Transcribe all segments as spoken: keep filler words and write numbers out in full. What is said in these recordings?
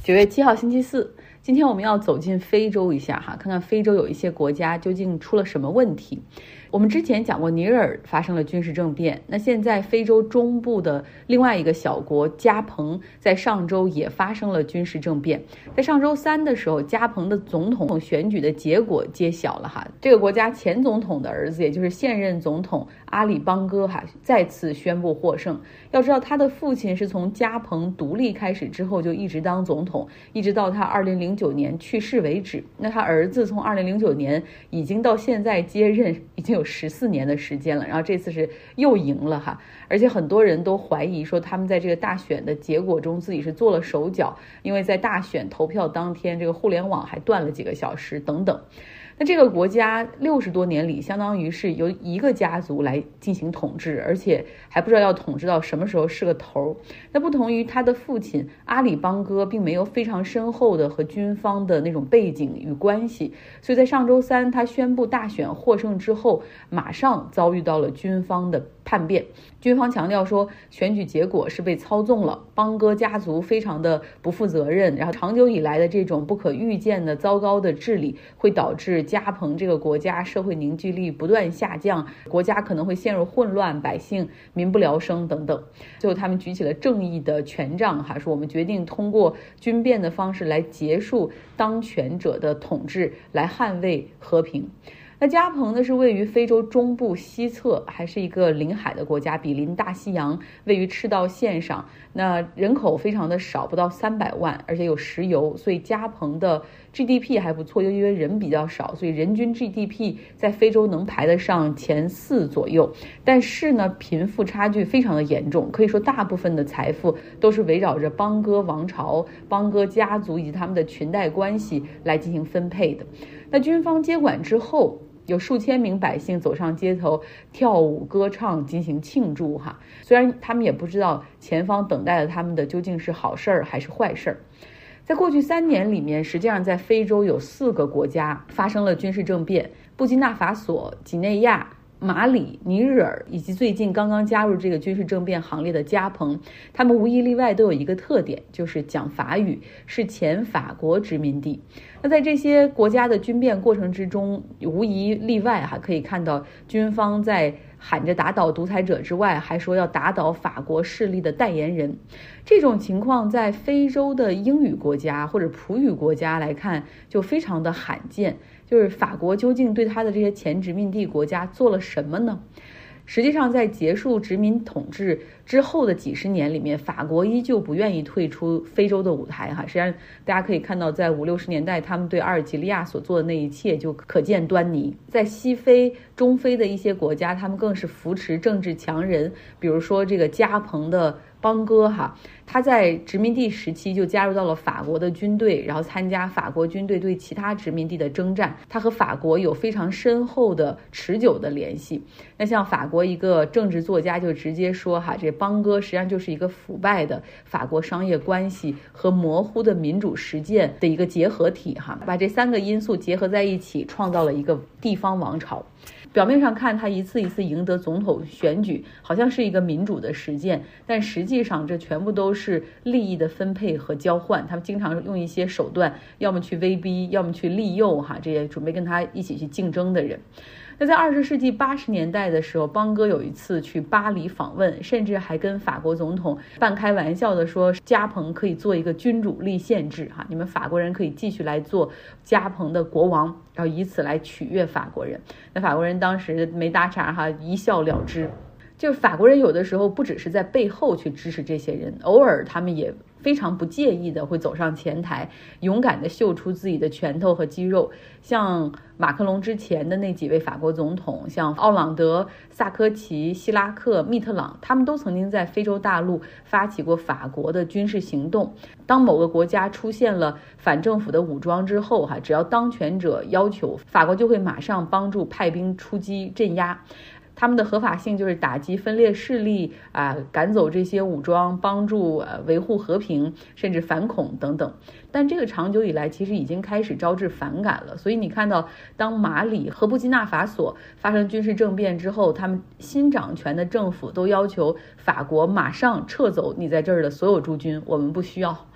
九月七号星期四，今天我们要走进非洲一下哈，看看非洲有一些国家究竟出了什么问题。我们之前讲过尼日尔发生了军事政变，那现在非洲中部的另外一个小国加蓬在上周也发生了军事政变。在上周三的时候，加蓬的总统选举的结果揭晓了哈，这个国家前总统的儿子，也就是现任总统阿里邦哥哈再次宣布获胜。要知道他的父亲是从加蓬独立开始之后就一直当总统，一直到他二零零九年去世为止。那他儿子从二零零九年已经到现在接任，已经有十四年的时间了，然后这次是又赢了哈，而且很多人都怀疑说他们在这个大选的结果中自己是做了手脚，因为在大选投票当天，这个互联网还断了几个小时等等。那这个国家六十多年里，相当于是由一个家族来进行统治，而且还不知道要统治到什么时候是个头。那不同于他的父亲阿里邦哥，并没有非常深厚的和军方的那种背景与关系，所以在上周三他宣布大选获胜之后，马上遭遇到了军方的叛变。军方强调说，选举结果是被操纵了，邦哥家族非常的不负责任，然后长久以来的这种不可预见的糟糕的治理，会导致加蓬这个国家社会凝聚力不断下降，国家可能会陷入混乱，百姓民不聊生等等。最后他们举起了正义的权杖哈，说我们决定通过军变的方式来结束当权者的统治，来捍卫和平。那加蓬呢是位于非洲中部西侧，还是一个临海的国家，比邻大西洋，位于赤道线上。那人口非常的少，不到三百万，而且有石油，所以加蓬的 G D P 还不错，又因为人比较少，所以人均 G D P 在非洲能排得上前四左右。但是呢，贫富差距非常的严重，可以说大部分的财富都是围绕着邦哥王朝、邦哥家族以及他们的裙带关系来进行分配的。那军方接管之后，有数千名百姓走上街头跳舞歌唱进行庆祝哈，虽然他们也不知道前方等待了他们的究竟是好事儿还是坏事儿。在过去三年里面，实际上在非洲有四个国家发生了军事政变：布基纳法索、几内亚、马里、尼日尔，以及最近刚刚加入这个军事政变行列的加蓬。他们无一例外都有一个特点，就是讲法语，是前法国殖民地。那在这些国家的军变过程之中，无一例外哈，可以看到军方在喊着打倒独裁者之外，还说要打倒法国势力的代言人。这种情况在非洲的英语国家或者葡语国家来看就非常的罕见，就是法国究竟对他的这些前殖民地国家做了什么呢？实际上在结束殖民统治之后的几十年里面，法国依旧不愿意退出非洲的舞台哈。实际上大家可以看到，在五六十年代他们对阿尔及利亚所做的那一切就可见端倪。在西非、中非的一些国家，他们更是扶持政治强人，比如说这个加蓬的邦哥哈，他在殖民地时期就加入到了法国的军队，然后参加法国军队对其他殖民地的征战。他和法国有非常深厚的持久的联系。那像法国一个政治作家就直接说哈，这邦哥实际上就是一个腐败的法国商业关系和模糊的民主实践的一个结合体哈，把这三个因素结合在一起，创造了一个地方王朝。表面上看，他一次一次赢得总统选举，好像是一个民主的实践，但实际上这全部都是利益的分配和交换。他们经常用一些手段，要么去威逼，要么去利诱哈这些准备跟他一起去竞争的人。那在二十世纪八十年代的时候，邦哥有一次去巴黎访问，甚至还跟法国总统半开玩笑的说，加蓬可以做一个君主立宪制哈，你们法国人可以继续来做加蓬的国王，然后以此来取悦法国人。那法国人当时没搭茬哈，一笑了之。就是法国人有的时候不只是在背后去支持这些人，偶尔他们也非常不介意的会走上前台，勇敢的秀出自己的拳头和肌肉。像马克龙之前的那几位法国总统，像奥朗德、萨科齐、希拉克、密特朗，他们都曾经在非洲大陆发起过法国的军事行动。当某个国家出现了反政府的武装之后哈，只要当权者要求，法国就会马上帮助派兵出击镇压。他们的合法性就是打击分裂势力啊，赶走这些武装，帮助呃维护和平，甚至反恐等等。但这个长久以来其实已经开始招致反感了。所以你看到，当马里和布基纳法索发生军事政变之后，他们新掌权的政府都要求法国马上撤走你在这儿的所有驻军，我们不需要。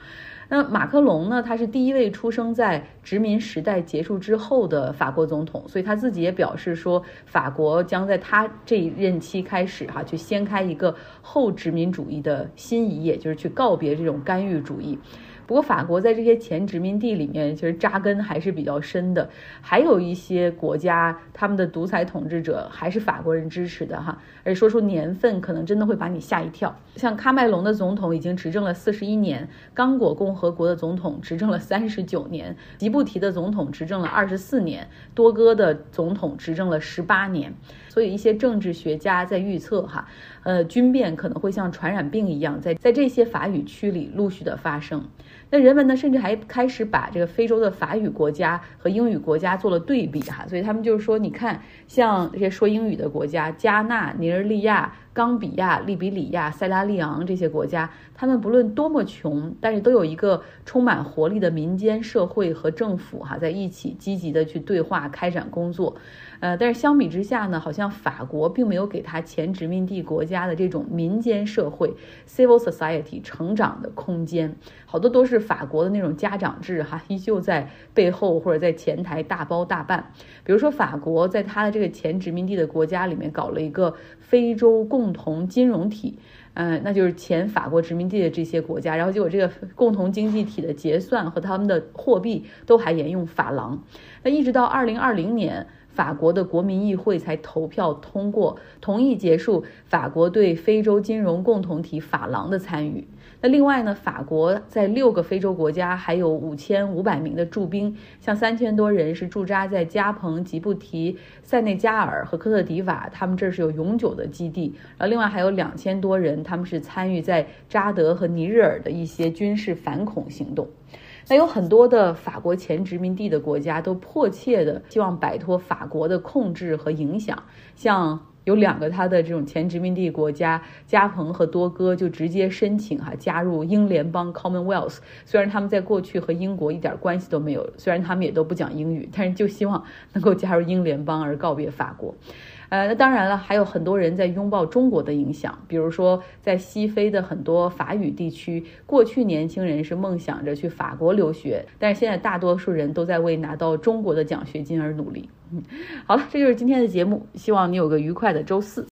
那马克龙呢，他是第一位出生在殖民时代结束之后的法国总统，所以他自己也表示说，法国将在他这一任期开始哈，去掀开一个后殖民主义的新一页，就是去告别这种干预主义。不过法国在这些前殖民地里面其实扎根还是比较深的，还有一些国家他们的独裁统治者还是法国人支持的哈，而且说出年份可能真的会把你吓一跳。像喀麦隆的总统已经执政了四十一年，刚果共和国的总统执政了三十九年，吉布提的总统执政了二十四年，多哥的总统执政了十八年。所以一些政治学家在预测哈，呃，军变可能会像传染病一样，在在这些法语区里陆续的发生。那人们呢，甚至还开始把这个非洲的法语国家和英语国家做了对比哈，所以他们就是说，你看，像这些说英语的国家，加纳、尼日利亚、冈比亚、利比里亚、塞拉利昂这些国家，他们不论多么穷，但是都有一个充满活力的民间社会和政府哈，在一起积极的去对话、开展工作。呃，但是相比之下呢，好像法国并没有给他前殖民地国家的这种民间社会 civil society 成长的空间，好多都是法国的那种家长制哈，依旧在背后或者在前台大包大办。比如说法国在他的这个前殖民地的国家里面搞了一个非洲共同金融体，嗯，那就是前法国殖民地的这些国家，然后结果这个共同经济体的结算和他们的货币都还沿用法郎。那一直到二零二零年。法国的国民议会才投票通过，同意结束法国对非洲金融共同体法郎的参与。那另外呢，法国在六个非洲国家还有五千五百名的驻兵，像三千多人是驻扎在加蓬、吉布提、塞内加尔和科特迪瓦，他们这是有永久的基地。然后另外还有两千多人，他们是参与在扎德和尼日尔的一些军事反恐行动。那有很多的法国前殖民地的国家都迫切的希望摆脱法国的控制和影响，像有两个他的这种前殖民地国家加蓬和多哥就直接申请哈、啊、加入英联邦 Commonwealth， 虽然他们在过去和英国一点关系都没有，虽然他们也都不讲英语，但是就希望能够加入英联邦而告别法国。呃，那当然了，还有很多人在拥抱中国的影响，比如说在西非的很多法语地区，过去年轻人是梦想着去法国留学，但是现在大多数人都在为拿到中国的奖学金而努力。嗯，好了，这就是今天的节目，希望你有个愉快的周四。